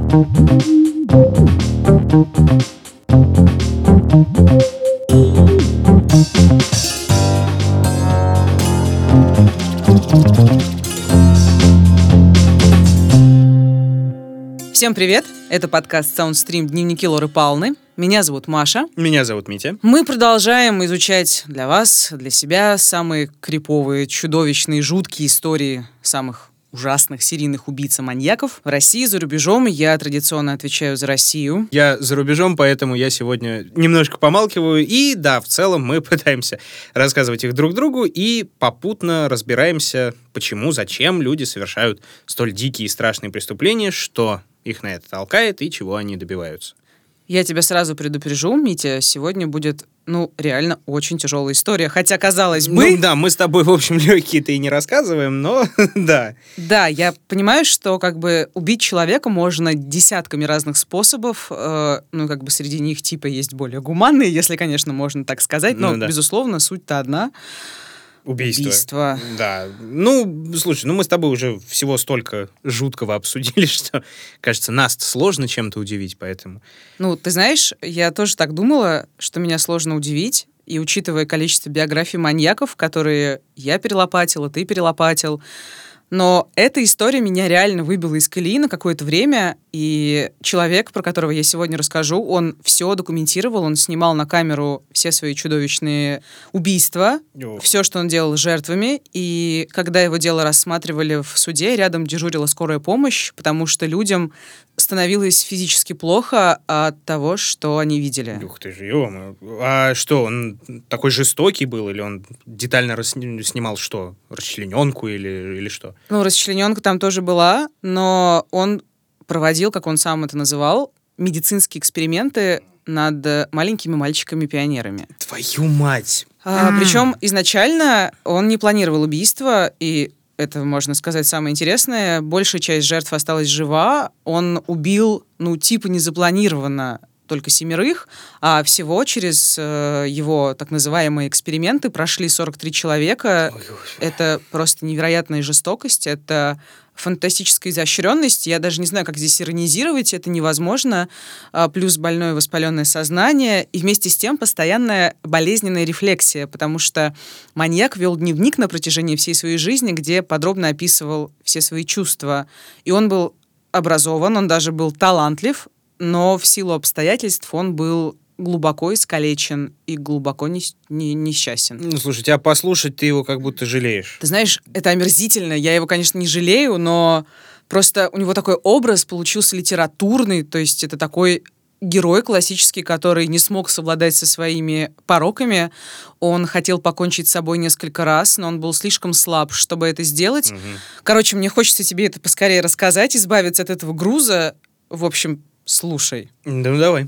Всем привет! Это подкаст Soundstream «Дневники Лоры Палны». Меня зовут Маша. Меня зовут Митя. Мы продолжаем изучать для вас, для себя самые криповые, чудовищные, жуткие истории самых ужасных серийных убийц и маньяков в России, за рубежом. Я традиционно отвечаю за Россию. Я за рубежом, поэтому я сегодня немножко помалкиваю. И да, в целом мы пытаемся рассказывать их друг другу и попутно разбираемся, почему, зачем люди совершают столь дикие и страшные преступления, что их на это толкает и чего они добиваются. Я тебя сразу предупрежу, Митя, сегодня будет, реально очень тяжелая история. Хотя, казалось бы... Да, мы с тобой, в общем, легкие-то и не рассказываем, но да. Да, я понимаю, что убить человека можно десятками разных способов. Среди них есть более гуманные, если, конечно, можно так сказать. Но, безусловно, суть-то одна. Убийство. Да. Слушай, мы с тобой уже всего столько жуткого обсудили, что, кажется, нас сложно чем-то удивить, поэтому... Ты знаешь, я тоже так думала, что меня сложно удивить, и учитывая количество биографий маньяков, которые я перелопатила, ты перелопатил, но эта история меня реально выбила из колеи на какое-то время, и человек, про которого я сегодня расскажу, он все документировал, он снимал на камеру все свои чудовищные убийства, все, что он делал с жертвами, и когда его дело рассматривали в суде, рядом дежурила скорая помощь, потому что людям становилось физически плохо от того, что они видели. Ух ты же, ё-моё. А что, он такой жестокий был, или он детально снимал что? Расчлененку или что? Расчлененка там тоже была, но он проводил, как он сам это называл, медицинские эксперименты над маленькими мальчиками-пионерами. Твою мать! Причем изначально он не планировал убийство, и это, можно сказать, самое интересное. Большая часть жертв осталась жива. Он убил, незапланированно только 7, а всего через его так называемые эксперименты прошли 43 человека. Это просто невероятная жестокость, это фантастическая изощренность. Я даже не знаю, как здесь иронизировать, это невозможно. Плюс больное воспаленное сознание и вместе с тем постоянная болезненная рефлексия, потому что маньяк вел дневник на протяжении всей своей жизни, где подробно описывал все свои чувства. И он был образован, он даже был талантлив, но в силу обстоятельств он был глубоко искалечен и глубоко несчастен. Слушай, тебя послушать, ты его как будто жалеешь. Ты знаешь, это омерзительно. Я его, конечно, не жалею, но просто у него такой образ получился литературный, то есть это такой герой классический, который не смог совладать со своими пороками. Он хотел покончить с собой несколько раз, но он был слишком слаб, чтобы это сделать. Короче, мне хочется тебе это поскорее рассказать, избавиться от этого груза. В общем, слушай. Да, давай.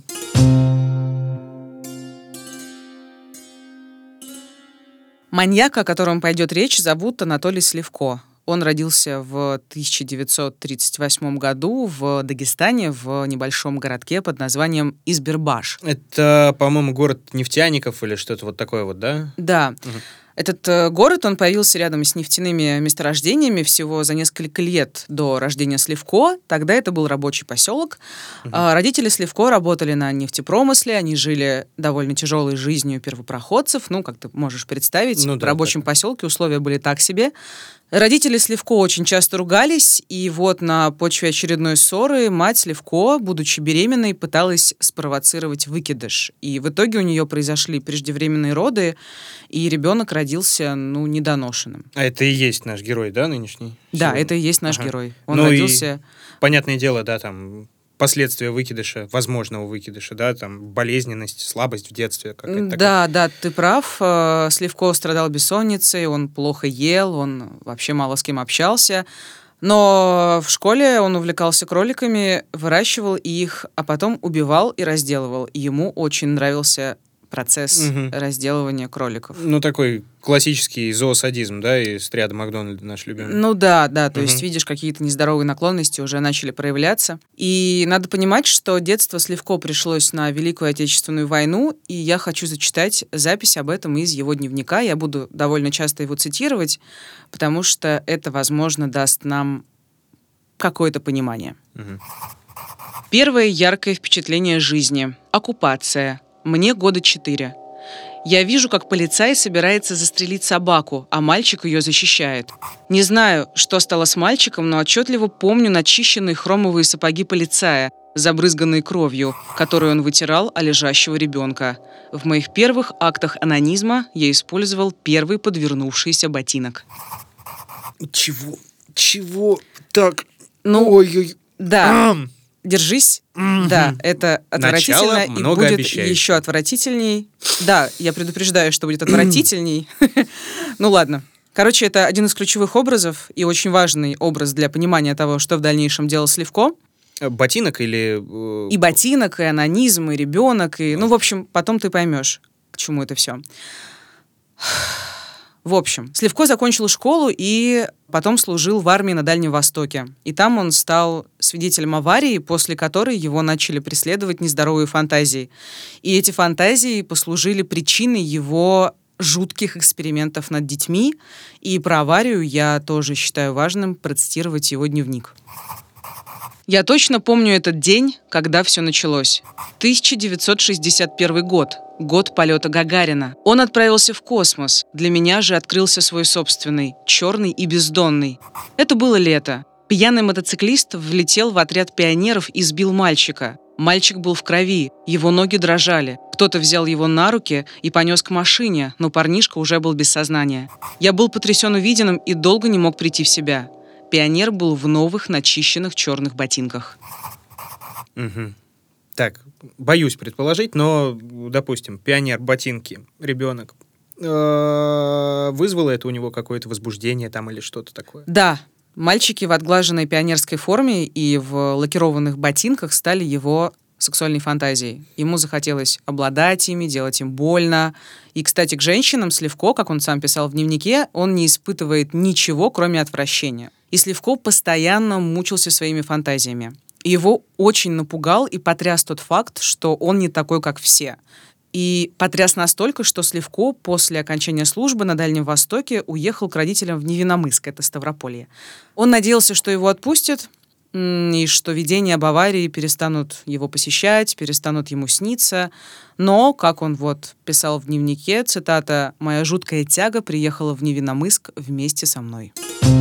Маньяка, о котором пойдет речь, зовут Анатолий Сливко. Он родился в 1938 году в Дагестане, в небольшом городке под названием Избербаш. Это, по-моему, город нефтяников или что-то вот такое вот, да? Да. Этот город, он появился рядом с нефтяными месторождениями всего за несколько лет до рождения Сливко. Тогда это был рабочий поселок. Родители Сливко работали на нефтепромысле, они жили довольно тяжелой жизнью первопроходцев. Как ты можешь представить, в рабочем поселке условия были так себе. Родители Сливко очень часто ругались, и вот на почве очередной ссоры мать Сливко, будучи беременной, пыталась спровоцировать выкидыш. И в итоге у нее произошли преждевременные роды, и ребенок родился, недоношенным. А это и есть наш герой, да, нынешний? Да, сегодня? Это и есть наш герой. Он родился... Понятное дело, да, там... последствия выкидыша, возможного выкидыша, да, там, болезненность, слабость в детстве. Да, ты прав. Сливко страдал бессонницей, он плохо ел, он вообще мало с кем общался. Но в школе он увлекался кроликами, выращивал их, а потом убивал и разделывал. И ему очень нравился процесс разделывания кроликов. Такой классический зоосадизм, да, из ряда Макдональда наш любимый. Да, то есть, видишь, какие-то нездоровые наклонности уже начали проявляться. И надо понимать, что детство Сливко пришлось на Великую Отечественную войну, и я хочу зачитать запись об этом из его дневника. Я буду довольно часто его цитировать, потому что это, возможно, даст нам какое-то понимание. Первое яркое впечатление жизни. Оккупация. Мне года 4. Я вижу, как полицай собирается застрелить собаку, а мальчик ее защищает. Не знаю, что стало с мальчиком, но отчетливо помню начищенные хромовые сапоги полицая, забрызганные кровью, которую он вытирал о лежащего ребенка. В моих первых актах анонизма я использовал первый подвернувшийся ботинок. Чего? Так. Ну, Ой-ой. да. Держись. Да, это отвратительно и будет еще отвратительней. Да, я предупреждаю, что будет отвратительней. Ну ладно. Короче, это один из ключевых образов и очень важный образ для понимания того, что в дальнейшем делал Сливко. Ботинок или... И ботинок, и анонизм, и ребенок, и... Ну, в общем, потом ты поймешь, к чему это все. В общем, Сливко закончил школу и потом служил в армии на Дальнем Востоке. И там он стал свидетелем аварии, после которой его начали преследовать нездоровые фантазии. И эти фантазии послужили причиной его жутких экспериментов над детьми. И про аварию я тоже считаю важным процитировать его дневник. Я точно помню этот день, когда все началось. 1961 год. Год полета Гагарина. Он отправился в космос. Для меня же открылся свой собственный, черный и бездонный. Это было лето. Пьяный мотоциклист влетел в отряд пионеров и сбил мальчика. Мальчик был в крови, его ноги дрожали. Кто-то взял его на руки и понес к машине, но парнишка уже был без сознания. Я был потрясен увиденным и долго не мог прийти в себя. Пионер был в новых начищенных черных ботинках. Угу. Так, боюсь предположить, но, допустим, пионер, ботинки, ребенок. Вызвало это у него какое-то возбуждение там или что-то такое? Да, мальчики в отглаженной пионерской форме и в лакированных ботинках стали его сексуальной фантазией. Ему захотелось обладать ими, делать им больно. И, кстати, к женщинам Сливко, как он сам писал в дневнике, он не испытывает ничего, кроме отвращения. И Сливко постоянно мучился своими фантазиями. Его очень напугал и потряс тот факт, что он не такой, как все. И потряс настолько, что Сливко после окончания службы на Дальнем Востоке уехал к родителям в Невинномысск, это Ставрополье. Он надеялся, что его отпустят, и что видения об аварии перестанут его посещать, перестанут ему сниться. Но, как он писал в дневнике, цитата, «Моя жуткая тяга приехала в Невинномысск вместе со мной».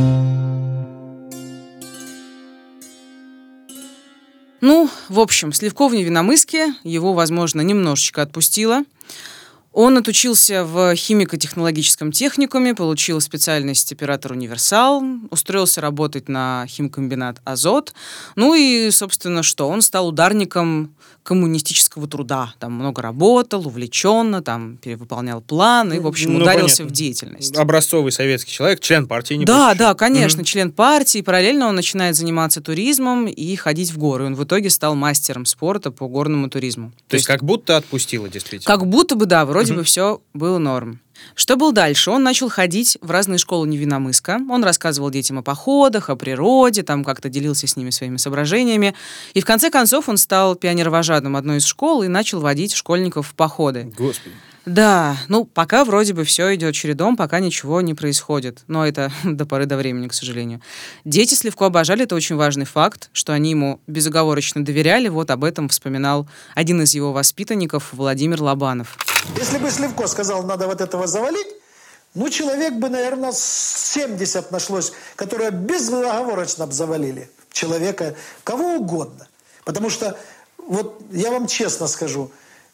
Ну, в общем, Сливко в Невинномысске, его, возможно, немножечко отпустило. Он отучился в химико-технологическом техникуме, получил специальность оператор-универсал, устроился работать на химкомбинат «Азот». Ну и, собственно, что? Он стал ударником коммунистического труда. Там много работал, увлеченно, там перевыполнял планы, в общем, ударился понятно. В деятельность. Образцовый советский человек, член партии. Не да, конечно, член партии. Параллельно он начинает заниматься туризмом и ходить в горы. Он в итоге стал мастером спорта по горному туризму. То есть как будто отпустило, действительно. Как будто бы, да, вроде бы все было норм. Что было дальше? Он начал ходить в разные школы Невинномысска. Он рассказывал детям о походах, о природе, там как-то делился с ними своими соображениями. И в конце концов он стал пионеровожатым одной из школ и начал водить школьников в походы. Господи. Да, пока вроде бы все идет чередом, пока ничего не происходит. Но это до поры до времени, к сожалению. Дети Сливко обожали, это очень важный факт, что они ему безоговорочно доверяли. Вот об этом вспоминал один из его воспитанников, Владимир Лобанов. Если бы Сливко сказал, надо вот этого завалить, человек бы, наверное, 70 нашлось, которые безоговорочно бы завалили человека, кого угодно. Потому что, я вам честно скажу,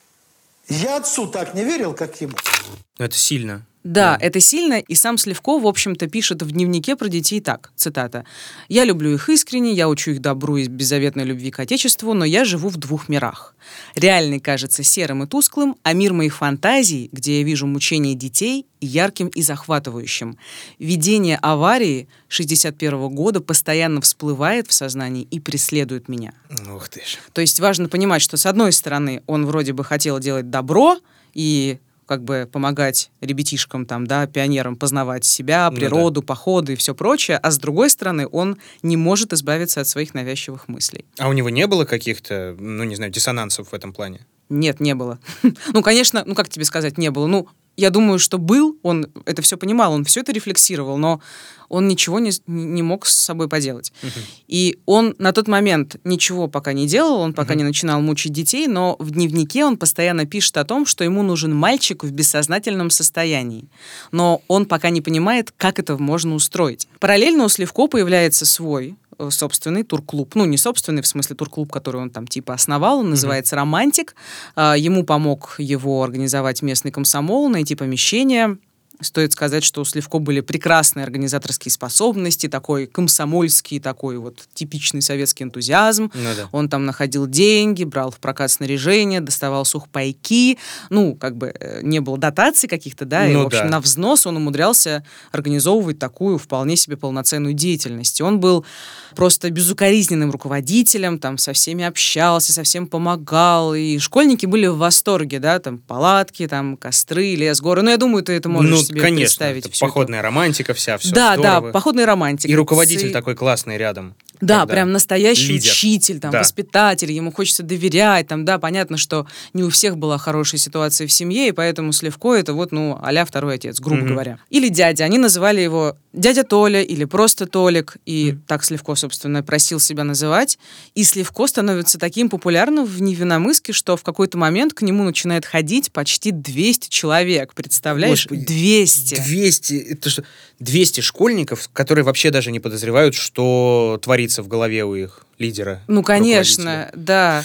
я отцу так не верил, как ему. Это сильно. Да, это сильно, и сам Сливко, в общем-то, пишет в дневнике про детей так, цитата, «Я люблю их искренне, я учу их добру и беззаветной любви к Отечеству, но я живу в двух мирах. Реальный кажется серым и тусклым, а мир моих фантазий, где я вижу мучения детей, ярким и захватывающим. Видение аварии 1961 года постоянно всплывает в сознании и преследует меня». Ух ты ж. То есть важно понимать, что, с одной стороны, он вроде бы хотел делать добро и помогать ребятишкам, пионерам познавать себя, природу, походы и все прочее, а с другой стороны, он не может избавиться от своих навязчивых мыслей. А у него не было каких-то, диссонансов в этом плане? Нет, не было. Ну, конечно, ну, как тебе сказать, не было. Ну, я думаю, что был, он это все понимал, он все это рефлексировал, но он ничего не мог с собой поделать. И он на тот момент ничего пока не делал, он пока не начинал мучить детей, но в дневнике он постоянно пишет о том, что ему нужен мальчик в бессознательном состоянии. Но он пока не понимает, как это можно устроить. Параллельно у Сливко появляется свой собственный турклуб. Ну, не собственный, в смысле турклуб, который он там типа основал, он называется «Романтик». Ему помог его организовать местный комсомол, найти помещение. Стоит сказать, что у Сливко были прекрасные организаторские способности, такой комсомольский, такой вот типичный советский энтузиазм. Ну, да. Он там находил деньги, брал в прокат снаряжение, доставал сухпайки. Ну, как бы не было дотаций каких-то, да, и, в общем, на взнос он умудрялся организовывать такую вполне себе полноценную деятельность. И он был просто безукоризненным руководителем, там со всеми общался, со всем помогал. И школьники были в восторге, да, там палатки, там костры, лес, горы. Ну, я думаю, ты это можешь себе представить. Это походная романтика вся, все да, здорово. Да, походная романтика. И руководитель такой классный рядом. Да, прям настоящий лидер. Учитель, там, воспитатель, ему хочется доверять, там, да, понятно, что не у всех была хорошая ситуация в семье, и поэтому Сливко это вот, ну, а-ля второй отец, грубо говоря. Или дядя, они называли его дядя Толя или просто Толик, и так Сливко, собственно, просил себя называть, и Сливко становится таким популярным в Невинномысске, что в какой-то момент к нему начинает ходить почти 200 человек, представляешь? Господи, 200! 200, это что, 200 школьников, которые вообще даже не подозревают, что творится в голове у их лидера. Ну, конечно, да.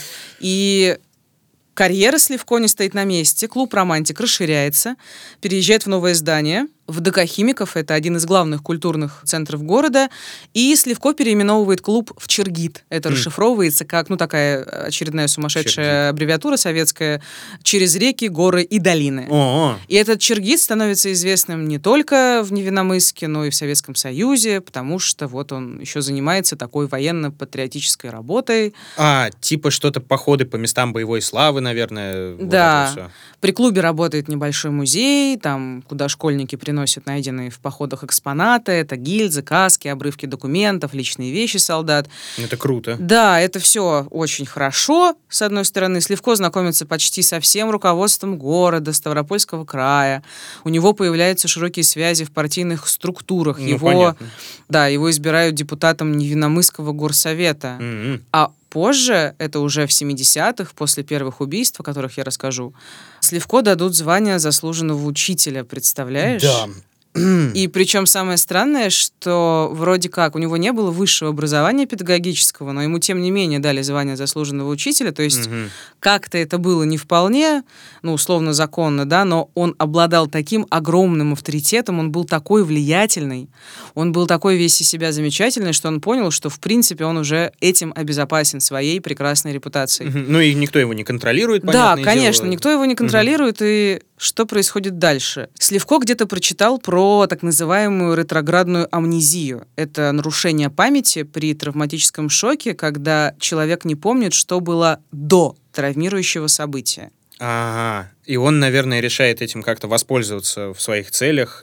И карьера Сливко не стоит на месте. Клуб «Романтик» расширяется, переезжает в новое здание. В ДК «Химиков», это один из главных культурных центров города, и Сливко переименовывает клуб в «Чиргит». Это расшифровывается как, ну, такая очередная сумасшедшая аббревиатура советская, через реки, горы и долины. О-о. И этот «Чиргит» становится известным не только в Невинномысске, но и в Советском Союзе, потому что вот он еще занимается такой военно-патриотической работой. Типа что-то походы по местам боевой славы, наверное. Да. Вот при клубе работает небольшой музей, там, куда школьники приносят найденные в походах экспонаты. Это гильзы, каски, обрывки документов, личные вещи солдат. Это круто. Да, это все очень хорошо. С одной стороны, Сливко знакомится почти со всем руководством города, Ставропольского края. У него появляются широкие связи в партийных структурах. Понятно. Да, его избирают депутатом Невинномысского горсовета. А позже, это уже в 70-х, после первых убийств, о которых я расскажу, Сливко дадут звание заслуженного учителя, представляешь? Да. И причем самое странное, что вроде как у него не было высшего образования педагогического, но ему тем не менее дали звание заслуженного учителя, то есть как-то это было не вполне, ну, условно законно, да, но он обладал таким огромным авторитетом, он был такой влиятельный, он был такой весь из себя замечательный, что он понял, что в принципе он уже этим обезопасен своей прекрасной репутацией. Ну и никто его не контролирует, понятное дело. Да, конечно, никто его не контролирует, и что происходит дальше? Сливко где-то прочитал про так называемую ретроградную амнезию. Это нарушение памяти при травматическом шоке, когда человек не помнит, что было до травмирующего события. Ага. И он, наверное, решает этим как-то воспользоваться в своих целях.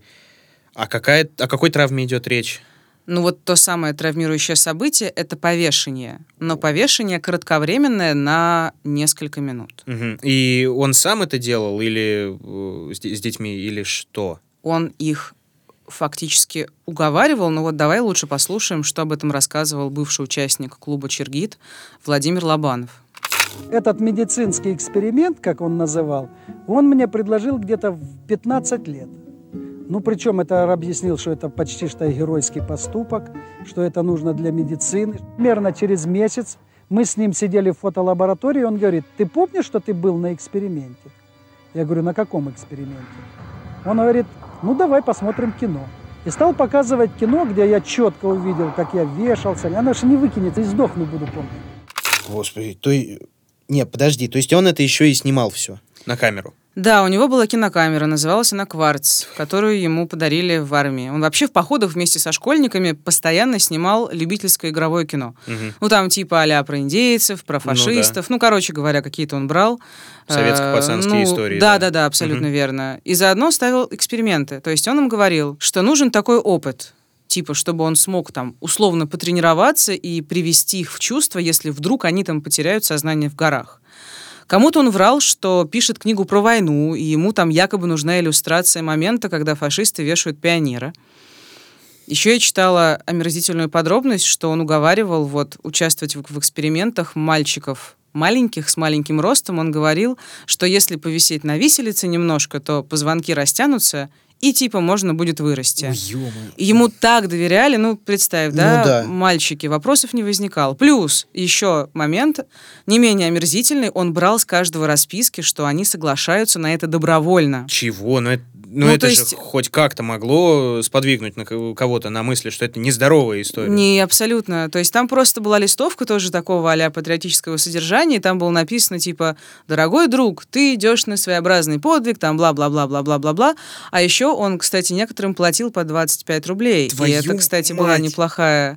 О какой травме идет речь? Ну вот то самое травмирующее событие — это повешение. Но повешение кратковременное на несколько минут. И он сам это делал или с детьми, или что? Он их фактически уговаривал, но вот давай лучше послушаем, что об этом рассказывал бывший участник клуба «Чиргит» Владимир Лобанов. Этот медицинский эксперимент, как он называл, он мне предложил где-то в 15 лет. Ну, причем это объяснил, что это почти что геройский поступок, что это нужно для медицины. Примерно через месяц мы с ним сидели в фотолаборатории, и он говорит: ты помнишь, что ты был на эксперименте? Я говорю: на каком эксперименте? Он говорит: ну, давай посмотрим кино. И стал показывать кино, где я четко увидел, как я вешался. Она же не выкинет, и сдохну буду помнить. Господи, Не, подожди, то есть он это еще и снимал все на камеру? Да, у него была кинокамера, называлась она «Кварц», которую ему подарили в армии. Он вообще в походах вместе со школьниками постоянно снимал любительское игровое кино. Ну, там типа а-ля про индейцев, про фашистов. Ну, короче говоря, какие-то он брал. Советско-пацанские истории. Да, абсолютно верно. И заодно ставил эксперименты. То есть он им говорил, что нужен такой опыт, типа, чтобы он смог там условно потренироваться и привести их в чувство, если вдруг они там потеряют сознание в горах. Кому-то он врал, что пишет книгу про войну, и ему там якобы нужна иллюстрация момента, когда фашисты вешают пионера. Еще я читала омерзительную подробность, что он уговаривал участвовать в экспериментах мальчиков маленьких, с маленьким ростом. Он говорил, что если повисеть на виселице немножко, то позвонки растянутся, и типа можно будет вырасти. И ему так доверяли, представь, да, мальчики, вопросов не возникало. Плюс еще момент, не менее омерзительный, он брал с каждого расписки, что они соглашаются на это добровольно. Чего? Это же хоть как-то могло сподвигнуть на кого-то на мысли, что это нездоровая история. Не, абсолютно. То есть там просто была листовка тоже такого а-ля патриотического содержания, и там было написано типа «Дорогой друг, ты идешь на своеобразный подвиг», там бла-бла-бла-бла-бла-бла-бла. А еще он, кстати, некоторым платил по 25 рублей. И это, кстати, была неплохие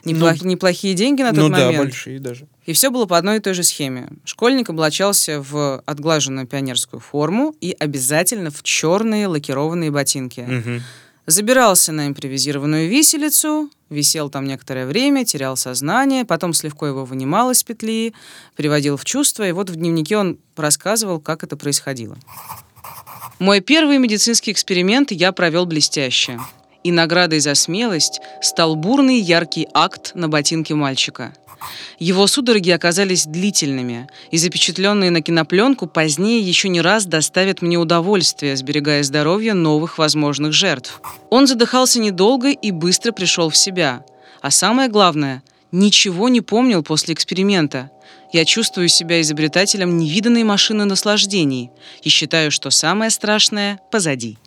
деньги на тот момент. Да, большие даже. И все было по одной и той же схеме. Школьник облачался в отглаженную пионерскую форму и обязательно в черные лакированные ботинки. Угу. Забирался на импровизированную виселицу, висел там некоторое время, терял сознание, потом Сливко его вынимал из петли, приводил в чувство, и в дневнике он рассказывал, как это происходило. Мой первый медицинский эксперимент я провел блестяще. И наградой за смелость стал бурный яркий акт на ботинке мальчика. Его судороги оказались длительными, и запечатленные на кинопленку позднее еще не раз доставят мне удовольствие, сберегая здоровье новых возможных жертв. Он задыхался недолго и быстро пришел в себя. А самое главное, ничего не помнил после эксперимента. Я чувствую себя изобретателем невиданной машины наслаждений и считаю, что самое страшное позади.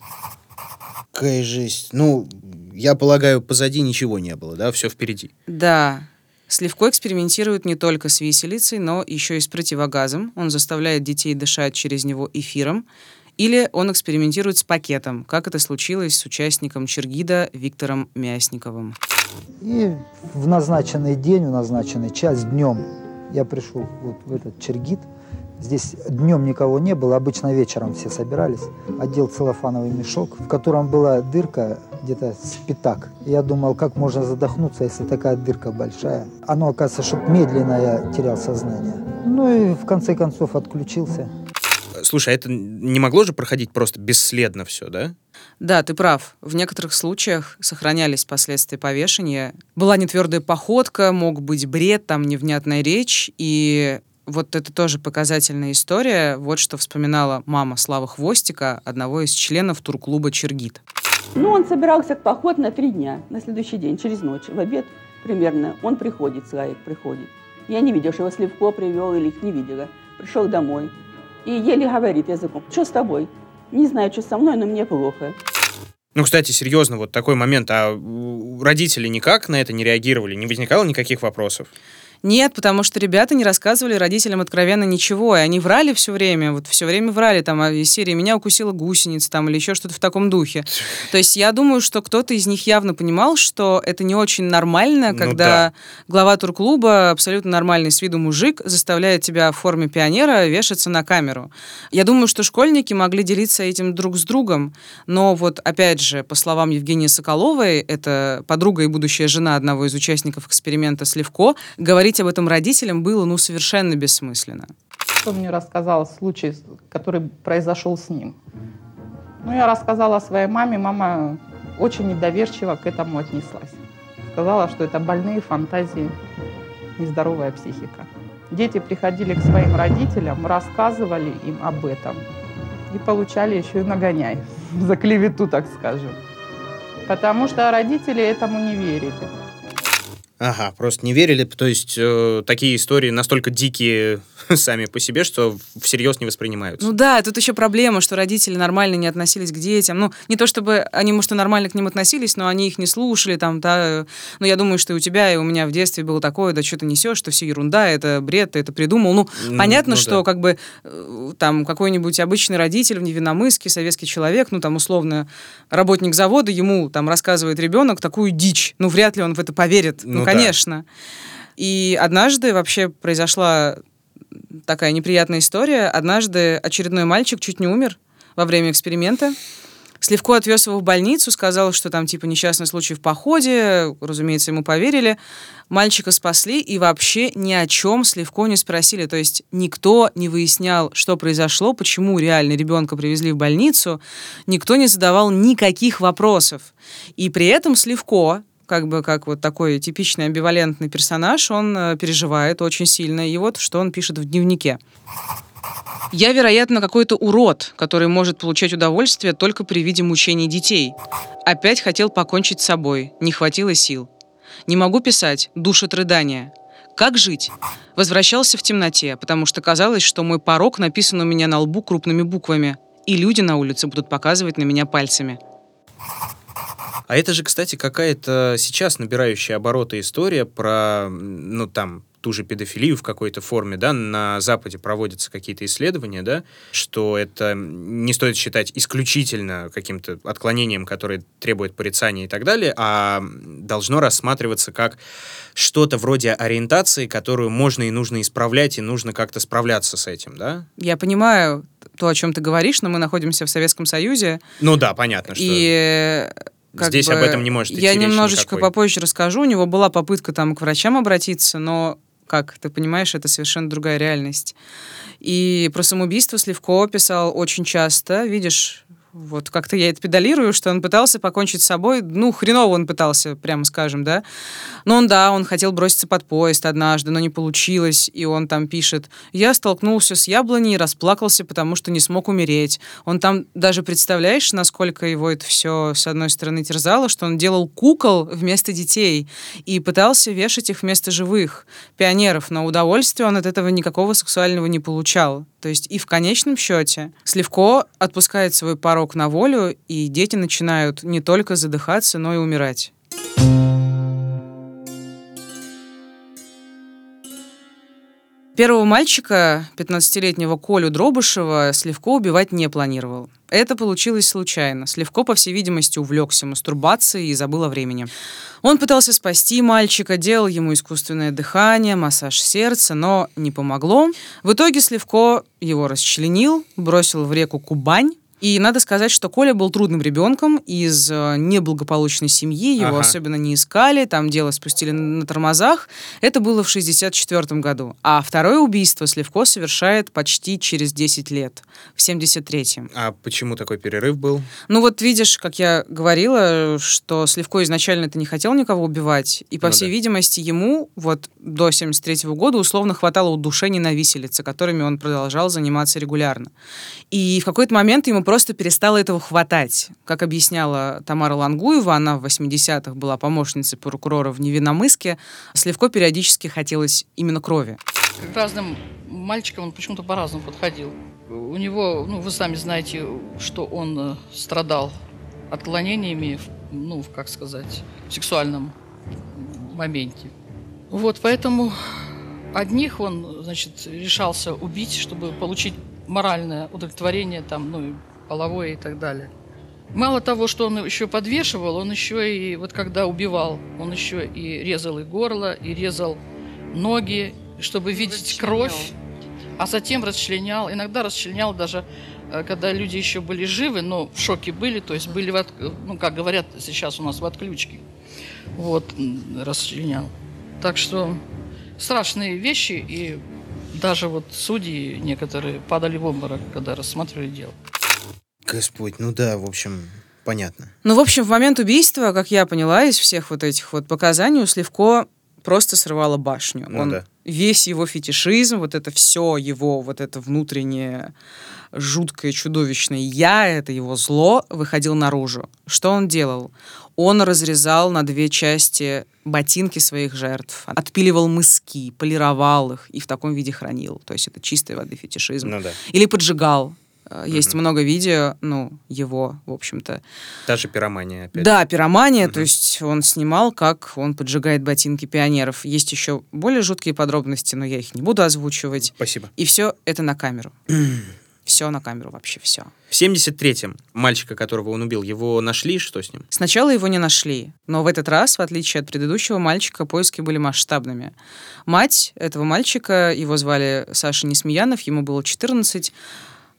Какая жесть. Я полагаю, позади ничего не было, да? Все впереди. Да. Сливко экспериментирует не только с виселицей, но еще и с противогазом. Он заставляет детей дышать через него эфиром. Или он экспериментирует с пакетом, как это случилось с участником Чергида Виктором Мясниковым. И в назначенный день, в назначенный час, днем я пришел в этот Чергид. Здесь днем никого не было, обычно вечером все собирались. Одел целлофановый мешок, в котором была дырка где-то с пятак. Я думал, как можно задохнуться, если такая дырка большая. Оно, оказывается, чтобы медленно я терял сознание. И в конце концов отключился. Слушай, а это не могло же проходить просто бесследно все, да? Да, ты прав. В некоторых случаях сохранялись последствия повешения. Была нетвердая походка, мог быть бред, там невнятная речь, и... это тоже показательная история. Вот что вспоминала мама Славы Хвостика, одного из членов турклуба «Чергид». Он собирался в поход на 3 дня, на следующий день, через ночь, в обед примерно. Он приходит, Славик приходит. Я не видела, что его Сливко привел или их не видела. Пришел домой и еле говорит языком: «Что с тобой? Не знаю, что со мной, но мне плохо». Кстати, серьезно, такой момент. А родители никак на это не реагировали? Не возникало никаких вопросов? Нет, потому что ребята не рассказывали родителям откровенно ничего, и они врали все время, все время врали, там, из серии «меня укусила гусеница», там, или еще что-то в таком духе. То есть я думаю, что кто-то из них явно понимал, что это не очень нормально, когда глава турклуба, абсолютно нормальный с виду мужик, заставляет тебя в форме пионера вешаться на камеру. Я думаю, что школьники могли делиться этим друг с другом, но опять же, по словам Евгении Соколовой, это подруга и будущая жена одного из участников эксперимента Сливко, говорить об этом родителям было совершенно бессмысленно. Он мне рассказал случай, который произошел с ним. Я рассказала своей маме. Мама очень недоверчиво к этому отнеслась. Сказала, что это больные фантазии, нездоровая психика. Дети приходили к своим родителям, рассказывали им об этом и получали еще и нагоняй за клевету, так скажем. Потому что родители этому не верили. Ага, просто не верили, то есть такие истории настолько дикие сами по себе, что всерьез не воспринимаются. Тут еще проблема, что родители нормально не относились к детям. Не то чтобы они, может, и нормально к ним относились, но они их не слушали, там, да. Но я думаю, что и у тебя, и у меня в детстве было такое: да что ты несешь, что все ерунда, это бред, ты это придумал. Понятно, что там какой-нибудь обычный родитель в Невинномысске, советский человек, условно, работник завода, ему там рассказывает ребенок такую дичь. Вряд ли он в это поверит. Конечно. И однажды вообще произошла такая неприятная история. Однажды очередной мальчик чуть не умер во время эксперимента. Сливко отвез его в больницу, сказал, что там типа несчастный случай в походе. Разумеется, ему поверили. Мальчика спасли, и вообще ни о чем Сливко не спросили. То есть никто не выяснял, что произошло, почему реально ребенка привезли в больницу. Никто не задавал никаких вопросов. И при этом Сливко, как вот такой типичный амбивалентный персонаж, он переживает очень сильно. И вот что он пишет в дневнике. «Я, вероятно, какой-то урод, который может получать удовольствие только при виде мучений детей. Опять хотел покончить с собой, не хватило сил. Не могу писать, душит рыдания. Как жить? Возвращался в темноте, потому что казалось, что мой порок написан у меня на лбу крупными буквами, и люди на улице будут показывать на меня пальцами». А это же, кстати, какая-то сейчас набирающая обороты история про, ту же педофилию в какой-то форме, да, на Западе проводятся какие-то исследования, да, что это не стоит считать исключительно каким-то отклонением, которое требует порицания и так далее, а должно рассматриваться как что-то вроде ориентации, которую можно и нужно исправлять, и нужно как-то справляться с этим, да? Я понимаю то, о чем ты говоришь, но мы находимся в Советском Союзе. Ну да, понятно, что... И... Здесь об этом не может идти я речь немножечко никакой. попозже расскажу. У него была попытка там к врачам обратиться, но, как ты понимаешь, это совершенно другая реальность. И про самоубийство Сливко писал очень часто. Видишь, вот как-то я это педалирую, что он пытался покончить с собой. Ну, хреново он пытался, прямо скажем, да. Но он хотел броситься под поезд однажды, но не получилось. И он там пишет: «Я столкнулся с яблоней и расплакался, потому что не смог умереть». Он там даже, представляешь, насколько его это все, с одной стороны, терзало, что он делал кукол вместо детей и пытался вешать их вместо живых пионеров, но удовольствия он от этого никакого сексуального не получал. То есть и в конечном счете Сливко отпускает свой порок на волю, и дети начинают не только задыхаться, но и умирать. Первого мальчика, 15-летнего Колю Дробышева, Сливко убивать не планировал. Это получилось случайно. Сливко, по всей видимости, увлекся мастурбацией и забыл о времени. Он пытался спасти мальчика, делал ему искусственное дыхание, массаж сердца, но не помогло. В итоге Сливко его расчленил, бросил в реку Кубань. И надо сказать, что Коля был трудным ребенком из неблагополучной семьи, его особенно не искали, там дело спустили на тормозах. Это было в 1964 году. А второе убийство Сливко совершает почти через 10 лет, в 1973. А почему такой перерыв был? Ну вот видишь, как я говорила, что Сливко изначально-то не хотел никого убивать, и, по всей видимости, ему вот до 1973 года условно хватало удушений на виселице, которыми он продолжал заниматься регулярно. И в какой-то момент ему просто перестало этого хватать. Как объясняла Тамара Лангуева, она в 80-х была помощницей прокурора в Невинномысске, Сливко периодически хотелось именно крови. К разным мальчикам он почему-то по-разному подходил. У него, вы сами знаете, что он страдал отклонениями, в сексуальном моменте. Вот, поэтому одних он, решался убить, чтобы получить моральное удовлетворение, половое и так далее. Мало того, что он еще подвешивал, он еще и, когда убивал, он еще и резал и горло, и резал ноги, чтобы видеть кровь, а затем расчленял. Иногда расчленял даже, когда люди еще были живы, но в шоке были, то есть были, как говорят сейчас у нас, в отключке. Вот, расчленял. Так что страшные вещи, и даже судьи некоторые падали в обморок, когда рассматривали дело. Господь, в общем, понятно. В момент убийства, как я поняла, из всех этих показаний у Сливко просто срывало башню. Весь его фетишизм, это все его, это внутреннее жуткое, чудовищное «я», это его зло, выходил наружу. Что он делал? Он разрезал на две части ботинки своих жертв, отпиливал мыски, полировал их и в таком виде хранил. То есть это чистой воды фетишизм. Или поджигал. Есть много видео, его, в общем-то. Та же пиромания опять. Да, пиромания, то есть он снимал, как он поджигает ботинки пионеров. Есть еще более жуткие подробности, но я их не буду озвучивать. Спасибо. И все это на камеру. Все на камеру, вообще все. В 73-м мальчика, которого он убил, его нашли? Что с ним? Сначала его не нашли, но в этот раз, в отличие от предыдущего мальчика, поиски были масштабными. Мать этого мальчика, его звали Саша Несмеянов, ему было 14,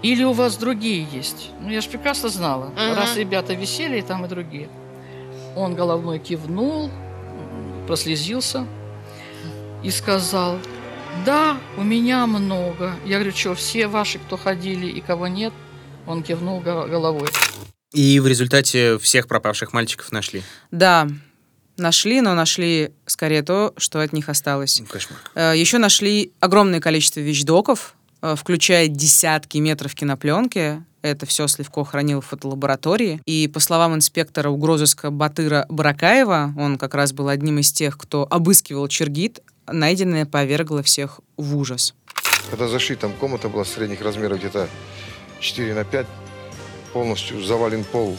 Или у вас другие есть? Ну, я же прекрасно знала. Раз ребята висели, и там и другие. Он головной кивнул, прослезился и сказал: да, у меня много. Я говорю: что, все ваши, кто ходили, и кого нет? Он кивнул головой. И в результате всех пропавших мальчиков нашли? Да, нашли, но нашли скорее то, что от них осталось. Кошмар. Еще нашли огромное количество вещдоков, включая десятки метров кинопленки. Это все Сливко хранил в фотолаборатории. И, по словам инспектора угрозыска Батыра Баракаева, он как раз был одним из тех, кто обыскивал Чергит, найденное повергло всех в ужас. Когда зашли, там комната была средних размеров, где-то 4x5, полностью завален пол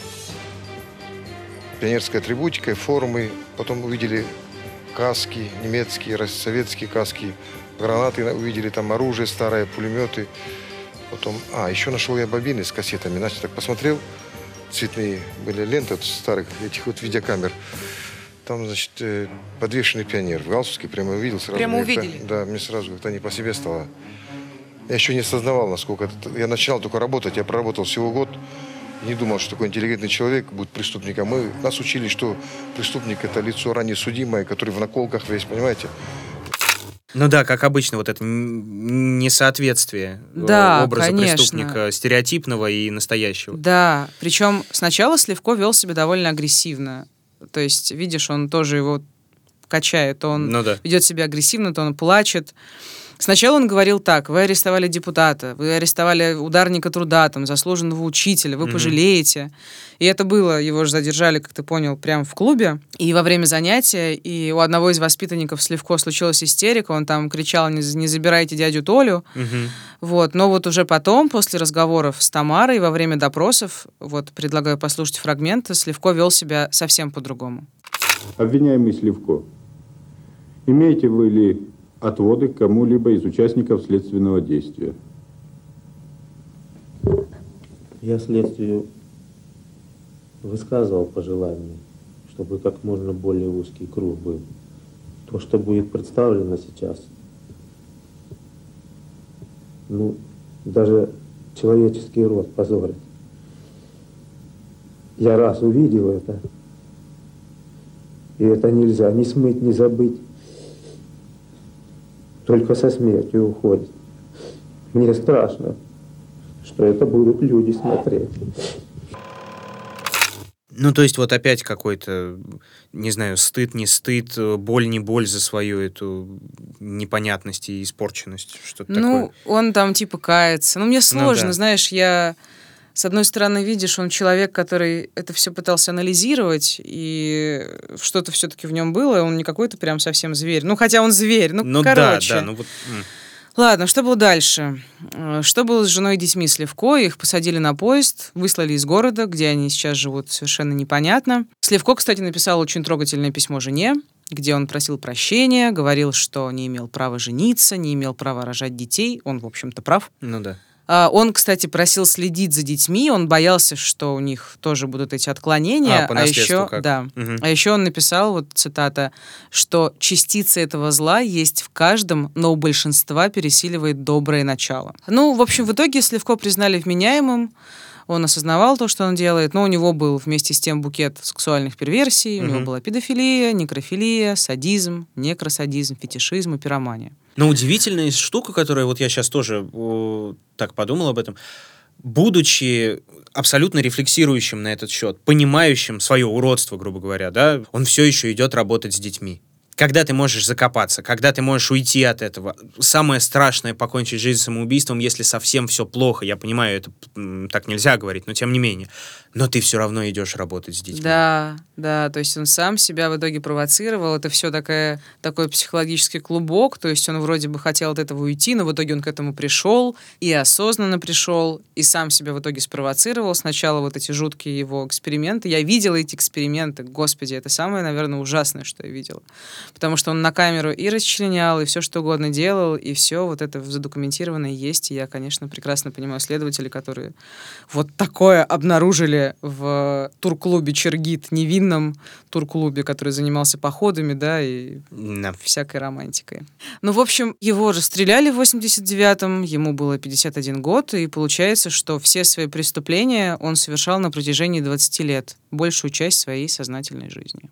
пионерской атрибутикой, формы. Потом увидели каски, немецкие, советские каски, гранаты, увидели там оружие старое, пулеметы. Потом, еще нашел я бобины с кассетами. Значит, так посмотрел, цветные были ленты от старых этих вот видеокамер. Там, значит, подвешенный пионер в галстуке, прямо увидел сразу. Прямо увидели? Да, мне сразу как-то не по себе стало. Я еще не осознавал, насколько это... Я начинал только работать, я проработал всего год. Не думал, что такой интеллигентный человек будет преступником. Нас учили, что преступник – это лицо ранее судимое, который в наколках весь, понимаете? Ну да, как обычно, вот это несоответствие образа конечно. Преступника стереотипного и настоящего. Да, причем сначала Сливко вел себя довольно агрессивно. То есть, видишь, он тоже его качает, то он ведет себя агрессивно, то он плачет. Сначала он говорил так: вы арестовали депутата, вы арестовали ударника труда, там, заслуженного учителя, вы пожалеете. И это было, его же задержали, как ты понял, прямо в клубе. И во время занятия, и у одного из воспитанников Сливко случилась истерика, он там кричал: не забирайте дядю Толю. Вот. Но вот уже потом, после разговоров с Тамарой, во время допросов, вот предлагаю послушать фрагменты, Сливко вел себя совсем по-другому. Обвиняемый Сливко, имеете вы ли отводы к кому-либо из участников следственного действия? Я следствию высказывал пожелание, чтобы как можно более узкий круг был. То, что будет представлено сейчас, даже человеческий род позорит. Я раз увидел это, и это нельзя ни смыть, ни забыть. Только со смертью уходит. Мне страшно, что это будут люди смотреть. Ну, то есть вот опять какой-то, не знаю, стыд, не стыд, боль, не боль за свою эту непонятность и испорченность, что-то такое. Он там типа кается. Мне сложно, знаешь, с одной стороны, видишь, он человек, который это все пытался анализировать, и что-то все-таки в нем было, и он не какой-то прям совсем зверь. Хотя он зверь, короче. Ладно, что было дальше? Что было с женой и детьми Сливко? Их посадили на поезд, выслали из города, где они сейчас живут, совершенно непонятно. Сливко, кстати, написал очень трогательное письмо жене, где он просил прощения, говорил, что не имел права жениться, не имел права рожать детей. Он, в общем-то, прав. Да. Он, кстати, просил следить за детьми, он боялся, что у них тоже будут эти отклонения. По наследству как? Да. А еще он написал, вот цитата, что частица этого зла есть в каждом, но у большинства пересиливает доброе начало. В общем, в итоге Сливко признали вменяемым, он осознавал то, что он делает, но у него был вместе с тем букет сексуальных перверсий, у него была педофилия, некрофилия, садизм, некросадизм, фетишизм и пиромания. Но удивительная штука, которая вот я сейчас тоже так подумал об этом, будучи абсолютно рефлексирующим на этот счет, понимающим свое уродство, грубо говоря, да, он все еще идет работать с детьми. Когда ты можешь закопаться, когда ты можешь уйти от этого. Самое страшное — покончить жизнь самоубийством, если совсем все плохо. Я понимаю, это так нельзя говорить, но тем не менее. Но ты все равно идешь работать с детьми. Да, то есть он сам себя в итоге провоцировал. Это все такой психологический клубок. То есть он вроде бы хотел от этого уйти, но в итоге он к этому пришел, и осознанно пришел, и сам себя в итоге спровоцировал. Сначала вот эти жуткие его эксперименты. Я видела эти эксперименты. Господи, это самое, наверное, ужасное, что я видела. потому что он на камеру и расчленял, и все что угодно делал, и все вот это задокументировано есть. И я, конечно, прекрасно понимаю следователей, которые вот такое обнаружили в турклубе «Чергит», невинном турклубе, который занимался походами, да, и всякой романтикой. Ну, в общем, его расстреляли в 89-м, ему было 51 год, и получается, что все свои преступления он совершал на протяжении 20 лет, большую часть своей сознательной жизни.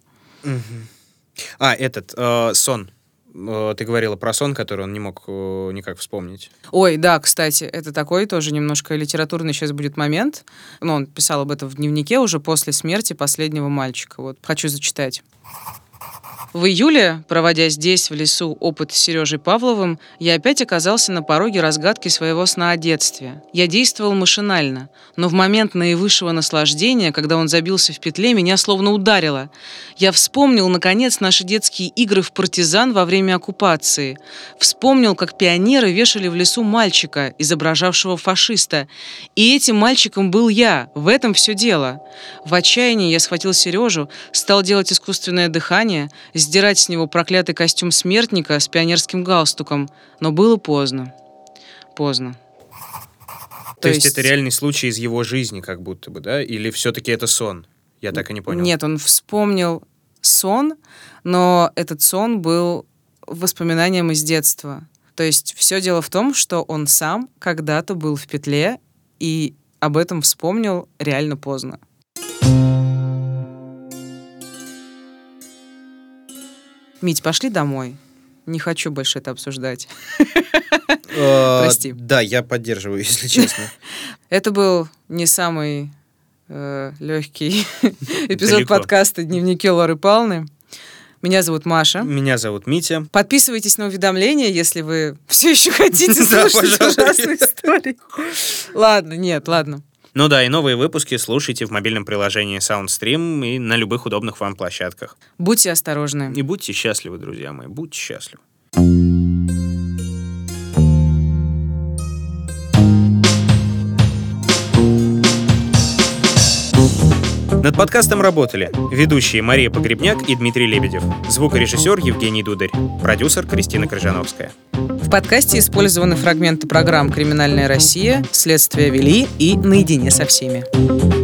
Сон. Ты говорила про сон, который он не мог никак вспомнить. Ой, да, кстати, это такой тоже немножко литературный сейчас будет момент. Но он писал об этом в дневнике уже после смерти последнего мальчика. Вот, хочу зачитать. В июле, проводя здесь, в лесу, опыт с Сережей Павловым, я опять оказался на пороге разгадки своего сна о детстве. Я действовал машинально, но в момент наивысшего наслаждения, когда он забился в петле, меня словно ударило. Я вспомнил, наконец, наши детские игры в партизан во время оккупации. Вспомнил, как пионеры вешали в лесу мальчика, изображавшего фашиста. И этим мальчиком был я. В этом все дело. В отчаянии я схватил Сережу, стал делать искусственное дыхание, сдирать с него проклятый костюм смертника с пионерским галстуком. Но было поздно. Поздно. То есть это реальный случай из его жизни, как будто бы, да? Или все-таки это сон? Я так и не понял. Нет, он вспомнил сон, но этот сон был воспоминанием из детства. То есть все дело в том, что он сам когда-то был в петле и об этом вспомнил реально поздно. Мить, пошли домой. Не хочу больше это обсуждать. Прости. Да, я поддерживаю, если честно. Это был не самый легкий эпизод подкаста «Дневники Лоры Павловны». Меня зовут Маша. Меня зовут Митя. Подписывайтесь на уведомления, если вы все еще хотите слушать ужасные истории. Ладно. Ну да, и новые выпуски слушайте в мобильном приложении SoundStream и на любых удобных вам площадках. Будьте осторожны. И будьте счастливы, друзья мои, будьте счастливы. Над подкастом работали ведущие Мария Погребняк и Дмитрий Лебедев, звукорежиссер Евгений Дударь, продюсер Кристина Крыжановская. В подкасте использованы фрагменты программ «Криминальная Россия», «Следствие вели» и «Наедине со всеми».